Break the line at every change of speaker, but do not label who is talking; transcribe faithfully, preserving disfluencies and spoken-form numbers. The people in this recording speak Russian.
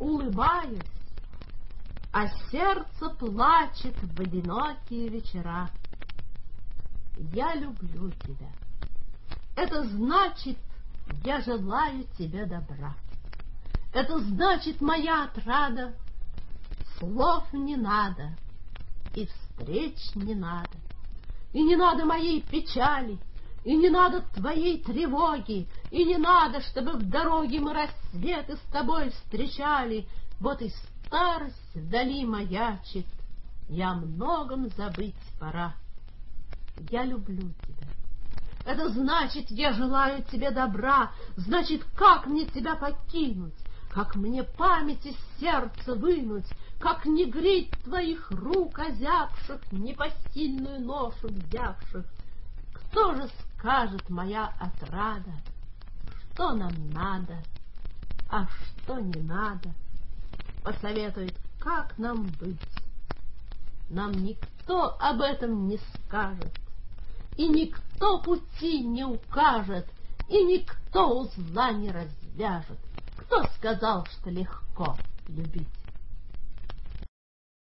улыбаюсь, а сердце плачет в одинокие вечера. Я люблю тебя. Это значит, я желаю тебе добра. Это значит, моя отрада, слов не надо, и встреч не надо, и не надо моей печали, и не надо твоей тревоги, и не надо, чтобы в дороге мы рассветы с тобой встречали. Вот и старость вдали маячит, и о многом забыть пора. Я люблю тебя. Это значит, я желаю тебе добра. Значит, как мне тебя покинуть? Как мне память из сердца вынуть? Как не греть твоих рук озябших, непосильную ношу взявших? Кто же скажет, моя отрада, что нам надо, а что не надо? Посоветует, как нам быть. Нам никто об этом не скажет, и никто пути не укажет, и никто узла не развяжет. Кто сказал, что легко любить?